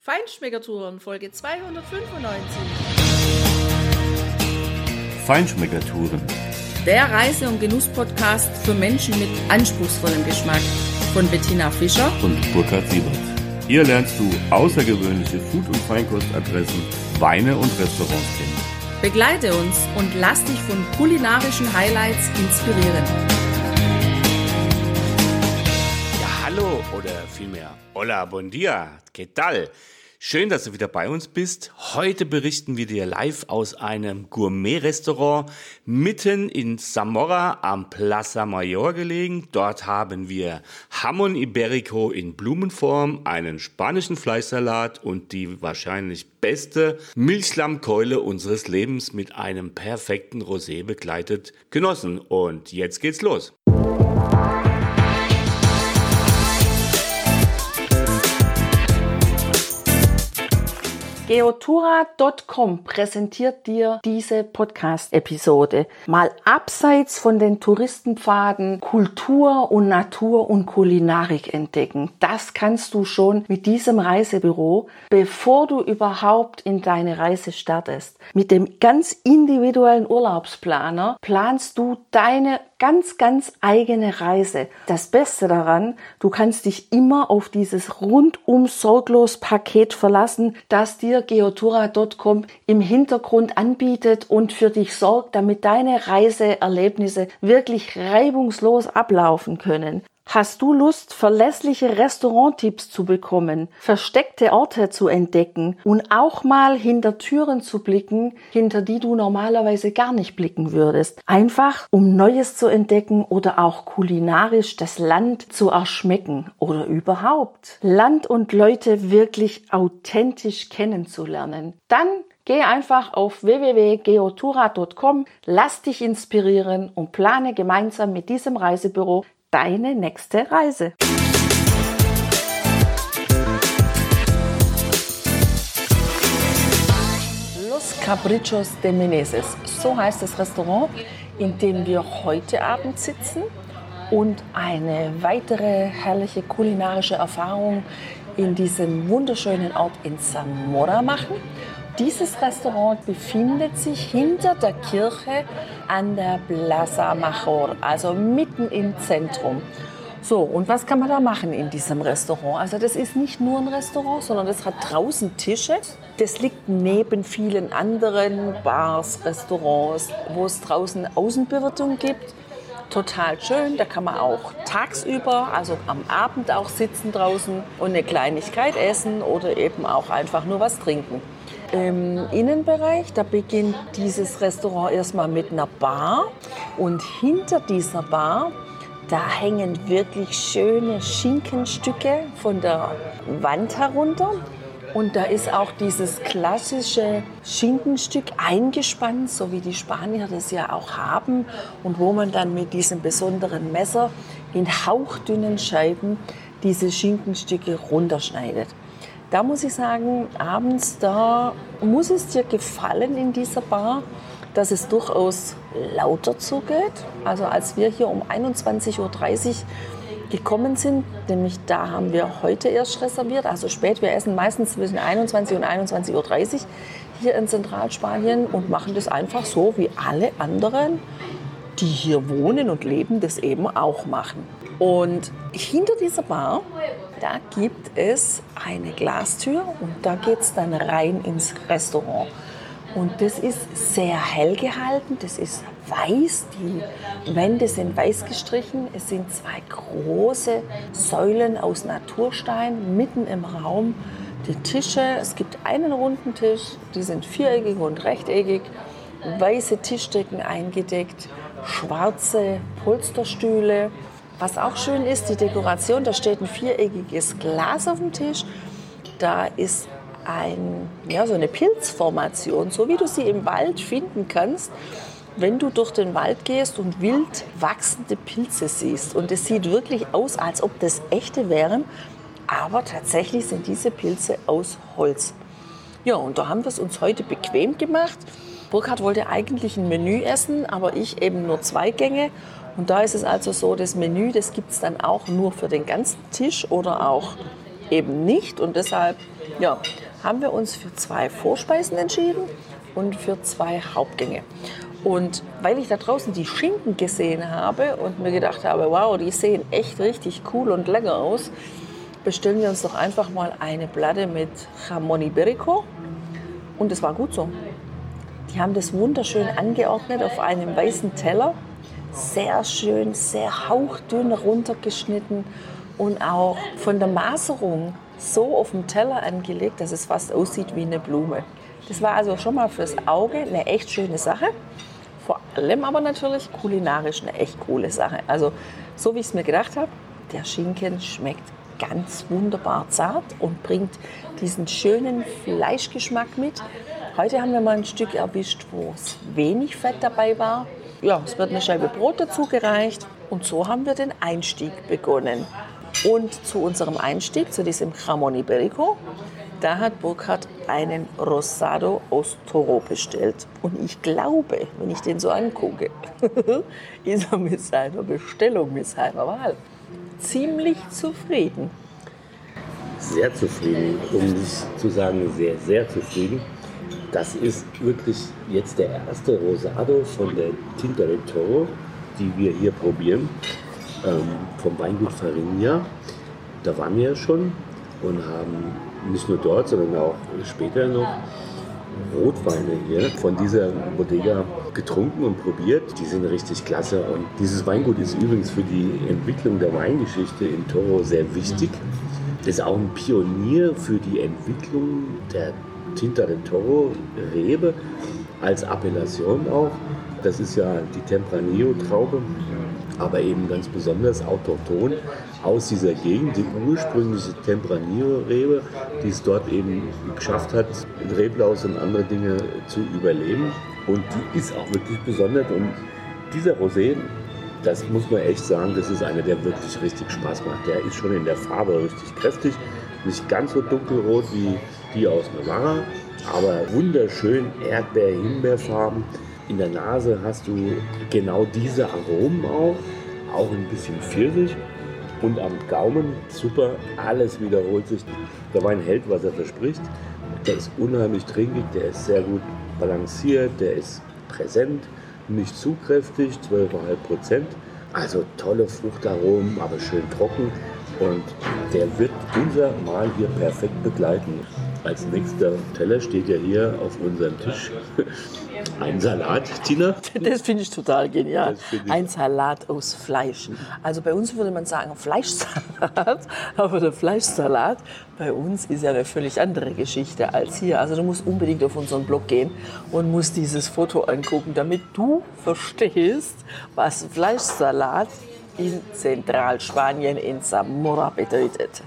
Feinschmeckertouren, Folge 295. Feinschmeckertouren. Der Reise- und Genuss-Podcast für Menschen mit anspruchsvollem Geschmack von Bettina Fischer Und Burkhard Siebert. Hier lernst du außergewöhnliche Food- und Feinkostadressen, Weine und Restaurants kennen. Begleite uns und lass dich von kulinarischen Highlights inspirieren. Ja, hallo oder vielmehr hola, bon dia, ¿qué tal? Schön, dass du wieder bei uns bist. Heute berichten wir dir live aus einem Gourmet-Restaurant mitten in Zamora am Plaza Mayor gelegen. Dort haben wir Jamón Ibérico in Blumenform, einen spanischen Fleischsalat und die wahrscheinlich beste Milchlammkeule unseres Lebens mit einem perfekten Rosé begleitet genossen. Und jetzt geht's los. Geotura.com präsentiert dir diese Podcast-Episode. Mal abseits von den Touristenpfaden Kultur und Natur und Kulinarik entdecken. Das kannst du schon mit diesem Reisebüro, bevor du überhaupt in deine Reise startest. Mit dem ganz individuellen Urlaubsplaner planst du deine ganz eigene Reise. Das Beste daran, du kannst dich immer auf dieses rundum sorglos Paket verlassen, das dir Geotura.com im Hintergrund anbietet und für dich sorgt, damit deine Reiseerlebnisse wirklich reibungslos ablaufen können. Hast du Lust, verlässliche Restauranttipps zu bekommen, versteckte Orte zu entdecken und auch mal hinter Türen zu blicken, hinter die du normalerweise gar nicht blicken würdest? Einfach, um Neues zu entdecken oder auch kulinarisch das Land zu erschmecken oder überhaupt Land und Leute wirklich authentisch kennenzulernen. Dann geh einfach auf www.geotura.com, lass dich inspirieren und plane gemeinsam mit diesem Reisebüro deine nächste Reise. Los Caprichos de Meneses, so heißt das Restaurant, in dem wir heute Abend sitzen und eine weitere herrliche kulinarische Erfahrung in diesem wunderschönen Ort in Zamora machen. Dieses Restaurant befindet sich hinter der Kirche an der Plaza Mayor, also mitten im Zentrum. So, und was kann man da machen in diesem Restaurant? Also das ist nicht nur ein Restaurant, sondern das hat draußen Tische. Das liegt neben vielen anderen Bars, Restaurants, wo es draußen Außenbewirtung gibt. Total schön, da kann man auch tagsüber, also am Abend auch sitzen draußen und eine Kleinigkeit essen oder eben auch einfach nur was trinken. Im Innenbereich, da beginnt dieses Restaurant erstmal mit einer Bar und hinter dieser Bar, da hängen wirklich schöne Schinkenstücke von der Wand herunter. Und da ist auch dieses klassische Schinkenstück eingespannt, so wie die Spanier das ja auch haben. Und wo man dann mit diesem besonderen Messer in hauchdünnen Scheiben diese Schinkenstücke runterschneidet. Da muss ich sagen, abends, da muss es dir gefallen in dieser Bar, dass es durchaus lauter zugeht. Also als wir hier um 21.30 Uhr gekommen sind, nämlich da haben wir heute erst reserviert, also spät, wir essen meistens zwischen 21 und 21.30 Uhr hier in Zentralspanien und machen das einfach so, wie alle anderen, die hier wohnen und leben, das eben auch machen. Und hinter dieser Bar, da gibt es eine Glastür und da geht es dann rein ins Restaurant. Und das ist sehr hell gehalten, das ist weiß, die Wände sind weiß gestrichen. Es sind zwei große Säulen aus Naturstein mitten im Raum. Die Tische, es gibt einen runden Tisch, die sind viereckig und rechteckig, weiße Tischdecken eingedeckt, schwarze Polsterstühle. Was auch schön ist, die Dekoration, da steht ein viereckiges Glas auf dem Tisch. Da ist so eine Pilzformation, so wie du sie im Wald finden kannst, wenn du durch den Wald gehst und wild wachsende Pilze siehst. Und es sieht wirklich aus, als ob das echte wären, aber tatsächlich sind diese Pilze aus Holz. Ja, und da haben wir es uns heute bequem gemacht. Burkhard wollte eigentlich ein Menü essen, aber ich eben nur 2 Gänge. Und da ist es also so, das Menü, das gibt es dann auch nur für den ganzen Tisch oder auch eben nicht. Und deshalb haben wir uns für 2 Vorspeisen entschieden und für 2 Hauptgänge. Und weil ich da draußen die Schinken gesehen habe und mir gedacht habe, wow, die sehen echt richtig cool und lecker aus, bestellen wir uns doch einfach mal eine Platte mit Jamón Ibérico. Und das war gut so. Die haben das wunderschön angeordnet auf einem weißen Teller. Sehr schön, sehr hauchdünn runtergeschnitten und auch von der Maserung so auf dem Teller angelegt, dass es fast aussieht wie eine Blume. Das war also schon mal fürs Auge eine echt schöne Sache. Vor allem aber natürlich kulinarisch eine echt coole Sache. Also so wie ich es mir gedacht habe, der Schinken schmeckt ganz wunderbar zart und bringt diesen schönen Fleischgeschmack mit. Heute haben wir mal ein Stück erwischt, wo es wenig Fett dabei war. Ja, es wird eine Scheibe Brot dazu gereicht und so haben wir den Einstieg begonnen. Und zu unserem Einstieg, zu diesem Jamón Ibérico, da hat Burkhard einen Rosado aus Toro bestellt. Und ich glaube, wenn ich den so angucke, ist er mit seiner Bestellung, mit seiner Wahl ziemlich zufrieden. Sehr zufrieden, um nicht zu sagen sehr, sehr zufrieden. Das ist wirklich jetzt der erste Rosado von der Tinta del Toro, die wir hier probieren, vom Weingut Farinha. Da waren wir ja schon und haben nicht nur dort, sondern auch später noch Rotweine hier von dieser Bodega getrunken und probiert. Die sind richtig klasse. Und dieses Weingut ist übrigens für die Entwicklung der Weingeschichte in Toro sehr wichtig. Das ist auch ein Pionier für die Entwicklung der Tinta del Toro Rebe als Appellation auch. Das ist ja die Tempranillo-Traube, aber eben ganz besonders autochthon aus dieser Gegend, die ursprüngliche Tempranillo-Rebe, die es dort eben geschafft hat, Reblaus und andere Dinge zu überleben. Und die ist auch wirklich besonders. Und dieser Rosé, das muss man echt sagen, das ist einer, der wirklich richtig Spaß macht. Der ist schon in der Farbe richtig kräftig, nicht ganz so dunkelrot wie die aus Navarra, aber wunderschön Erdbeer-Himbeerfarben. In der Nase hast du genau diese Aromen auch ein bisschen Pfirsich und am Gaumen super, alles wiederholt sich. Der Wein hält, was er verspricht. Der ist unheimlich trinkig, der ist sehr gut balanciert, der ist präsent, nicht zu kräftig, 12,5%. Also tolle Fruchtaromen, aber schön trocken. Und der wird unser Mahl hier perfekt begleiten. Als nächster Teller steht ja hier auf unserem Tisch ein Salat, Tina. Das finde ich total genial. Ein Salat aus Fleisch. Also bei uns würde man sagen Fleischsalat, aber der Fleischsalat bei uns ist ja eine völlig andere Geschichte als hier. Also du musst unbedingt auf unseren Blog gehen und musst dieses Foto angucken, damit du verstehst, was Fleischsalat in Zentralspanien in Zamora bedeutet.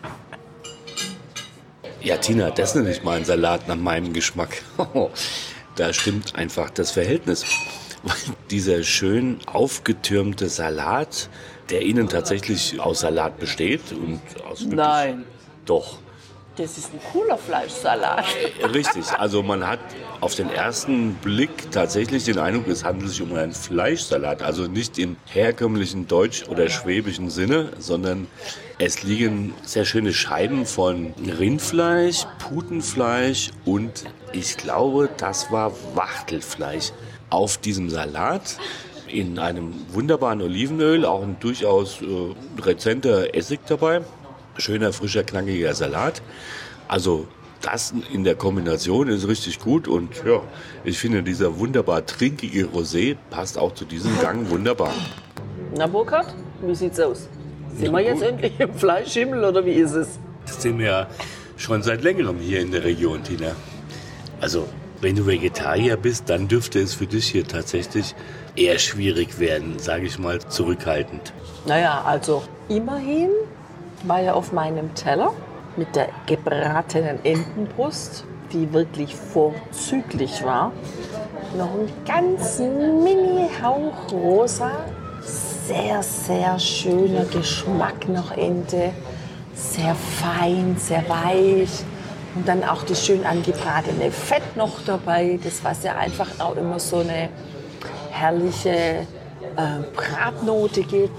Ja, Tina, das nenne ich mal einen Salat nach meinem Geschmack. Da stimmt einfach das Verhältnis. Dieser schön aufgetürmte Salat, der innen tatsächlich aus Salat besteht. Und aus wirklich, Nein. Doch. Das ist ein cooler Fleischsalat. Richtig, also man hat auf den ersten Blick tatsächlich den Eindruck, es handelt sich um einen Fleischsalat. Also nicht im herkömmlichen deutsch- oder schwäbischen Sinne, sondern es liegen sehr schöne Scheiben von Rindfleisch, Putenfleisch und ich glaube, das war Wachtelfleisch auf diesem Salat. In einem wunderbaren Olivenöl, auch ein durchaus rezenter Essig dabei. Schöner, frischer, knackiger Salat. Also das in der Kombination ist richtig gut und ja, ich finde, dieser wunderbar trinkige Rosé passt auch zu diesem Gang wunderbar. Na Burkhard, wie sieht's aus? Sind wir jetzt endlich im Fleischhimmel oder wie ist es? Das sind wir ja schon seit längerem hier in der Region, Tina. Also, wenn du Vegetarier bist, dann dürfte es für dich hier tatsächlich eher schwierig werden, sage ich mal zurückhaltend. Naja, also immerhin war ja auf meinem Teller mit der gebratenen Entenbrust, die wirklich vorzüglich war, noch ein ganz mini-Hauch rosa. Sehr, sehr schöner Geschmack nach Ente. Sehr fein, sehr weich. Und dann auch das schön angebratene Fett noch dabei. Das, was ja einfach auch immer so eine herrliche Bratnote gibt.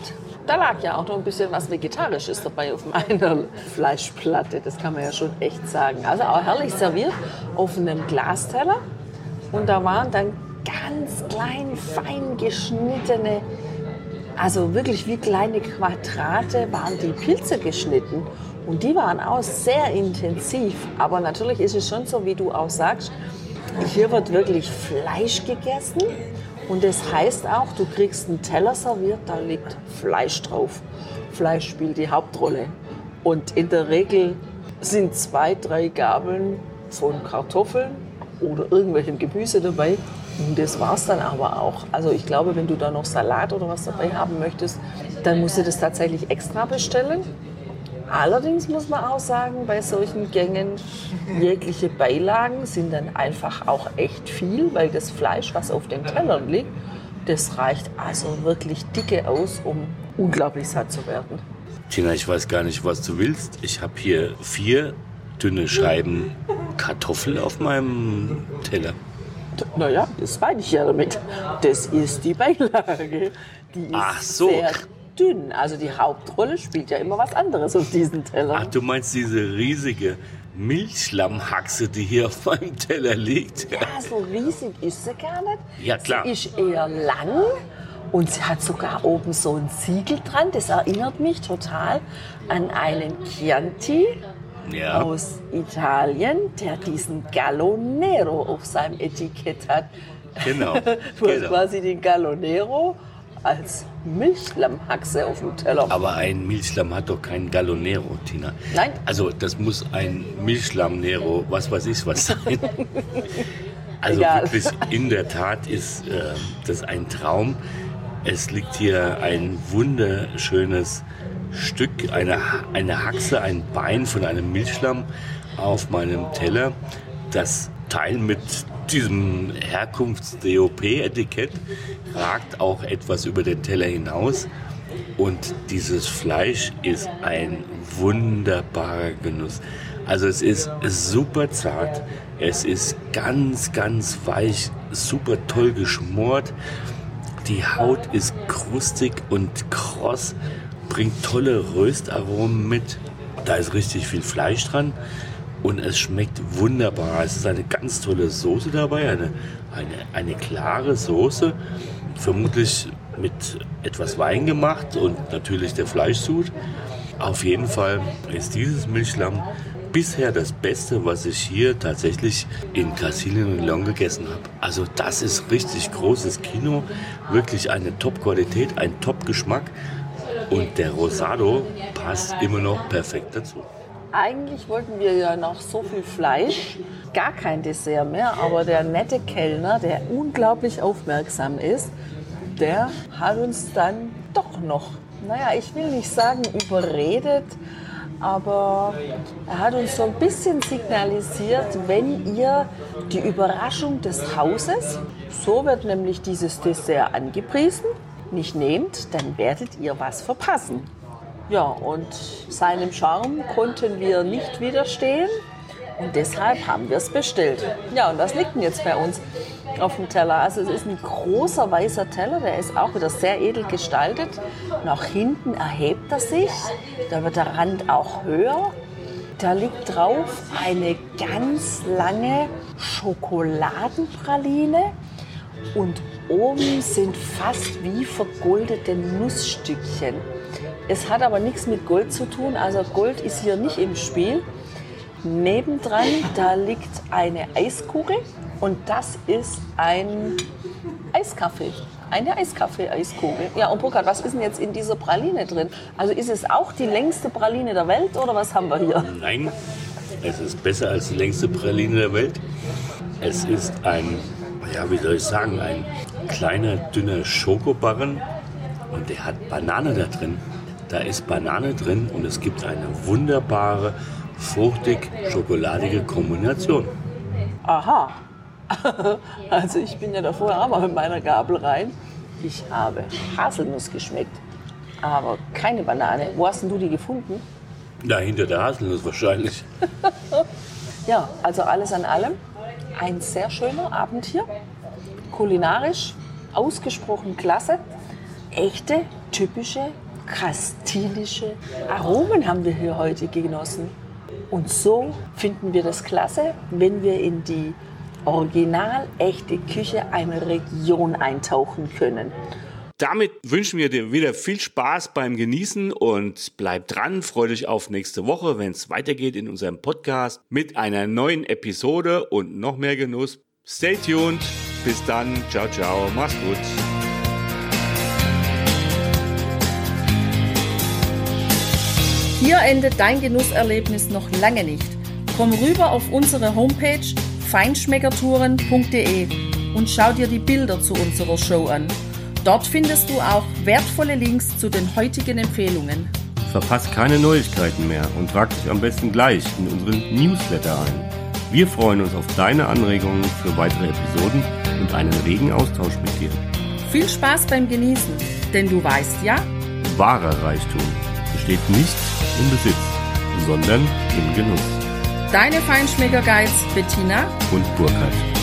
Da lag ja auch noch ein bisschen was Vegetarisches dabei auf meiner Fleischplatte, das kann man ja schon echt sagen. Also auch herrlich serviert auf einem Glasteller und da waren dann ganz klein, fein geschnittene, also wirklich wie kleine Quadrate waren die Pilze geschnitten. Und die waren auch sehr intensiv. Aber natürlich ist es schon so, wie du auch sagst, hier wird wirklich Fleisch gegessen. Und das heißt auch, du kriegst einen Teller serviert, da liegt Fleisch drauf. Fleisch spielt die Hauptrolle. Und in der Regel sind 2, 3 Gabeln von Kartoffeln oder irgendwelchem Gemüse dabei. Und das war's dann aber auch. Also ich glaube, wenn du da noch Salat oder was dabei haben möchtest, dann musst du das tatsächlich extra bestellen. Allerdings muss man auch sagen, bei solchen Gängen, jegliche Beilagen sind dann einfach auch echt viel, weil das Fleisch, was auf den Tellern liegt, das reicht also wirklich dicke aus, um unglaublich satt zu werden. Tina, ich weiß gar nicht, was du willst. Ich habe hier 4 dünne Scheiben Kartoffel auf meinem Teller. Naja, das meine ich ja damit. Das ist die Beilage. Die ist sehr dünn. Also die Hauptrolle spielt ja immer was anderes auf diesen Tellern. Ach, du meinst diese riesige Milchschlammhaxe, die hier auf meinem Teller liegt? Ja, so riesig ist sie gar nicht. Ja, klar. Sie ist eher lang und sie hat sogar oben so ein Siegel dran. Das erinnert mich total an einen Chianti. Ja. Aus Italien, der diesen Gallo Nero auf seinem Etikett hat. Genau. Du hast quasi den Gallo Nero als Milchschlammhaxe auf dem Teller. Aber ein Milchschlamm hat doch keinen Gallo Nero, Tina. Nein. Also das muss ein Milchschlamm Nero, was weiß ich was sein. Also Egal. wirklich, in der Tat ist das ein Traum. Es liegt hier ein wunderschönes Stück, eine Haxe, ein Bein von einem Milchschlamm auf meinem Teller. Das Teil mit diesem Herkunfts-DOP-Etikett ragt auch etwas über den Teller hinaus. Und dieses Fleisch ist ein wunderbarer Genuss. Also es ist super zart, es ist ganz, ganz weich, super toll geschmort. Die Haut ist krustig und kross, bringt tolle Röstaromen mit. Da ist richtig viel Fleisch dran und es schmeckt wunderbar. Es ist eine ganz tolle Soße dabei, eine klare Soße, vermutlich mit etwas Wein gemacht und natürlich der Fleischsud. Auf jeden Fall ist dieses Milchschlamm bisher das Beste, was ich hier tatsächlich in Castilla y León gegessen habe. Also das ist richtig großes Kino, wirklich eine Top-Qualität, ein Top-Geschmack und der Rosado passt immer noch perfekt dazu. Eigentlich wollten wir ja noch so viel Fleisch, gar kein Dessert mehr, aber der nette Kellner, der unglaublich aufmerksam ist, der hat uns dann doch noch, naja, ich will nicht sagen überredet, aber er hat uns so ein bisschen signalisiert, wenn ihr die Überraschung des Hauses, so wird nämlich dieses Dessert angepriesen, nicht nehmt, dann werdet ihr was verpassen. Ja, und seinem Charme konnten wir nicht widerstehen und deshalb haben wir es bestellt. Ja, und was liegt denn jetzt bei uns auf dem Teller? Also es ist ein großer weißer Teller, der ist auch wieder sehr edel gestaltet. Nach hinten erhebt er sich, da wird der Rand auch höher. Da liegt drauf eine ganz lange Schokoladenpraline und oben sind fast wie vergoldete Nussstückchen. Es hat aber nichts mit Gold zu tun, also Gold ist hier nicht im Spiel. Nebendran, da liegt eine Eiskugel und das ist ein Eiskaffee. Eine Eiskaffee-Eiskugel. Ja, und Burkhard, was ist denn jetzt in dieser Praline drin? Also ist es auch die längste Praline der Welt oder was haben wir hier? Nein, es ist besser als die längste Praline der Welt. Es ist ein, ja, wie soll ich sagen, ein kleiner, dünner Schokobarren und der hat Banane da drin. Da ist Banane drin und es gibt eine wunderbare, fruchtig-schokoladige Kombination. Aha. Also ich bin ja da vorher auch mal mit meiner Gabel rein. Ich habe Haselnuss geschmeckt, aber keine Banane. Wo hast denn du die gefunden? Da hinter der Haselnuss wahrscheinlich. Ja, also alles an allem ein sehr schöner Abend hier. Kulinarisch ausgesprochen klasse. Echte, typische kastilische Aromen haben wir hier heute genossen. Und so finden wir das klasse, wenn wir in die original echte Küche einer Region eintauchen können. Damit wünschen wir dir wieder viel Spaß beim Genießen und bleib dran, freu dich auf nächste Woche, wenn es weitergeht in unserem Podcast mit einer neuen Episode und noch mehr Genuss. Stay tuned, bis dann, ciao, ciao, mach's gut. Hier endet dein Genusserlebnis noch lange nicht. Komm rüber auf unsere Homepage feinschmeckertouren.de und schau dir die Bilder zu unserer Show an. Dort findest du auch wertvolle Links zu den heutigen Empfehlungen. Verpasst keine Neuigkeiten mehr und trag dich am besten gleich in unseren Newsletter ein. Wir freuen uns auf deine Anregungen für weitere Episoden und einen regen Austausch mit dir. Viel Spaß beim Genießen, denn du weißt ja, Wahrer Reichtum besteht nicht im Besitz, sondern im Genuss. deine Feinschmecker-Guides Bettina Und Burkhard.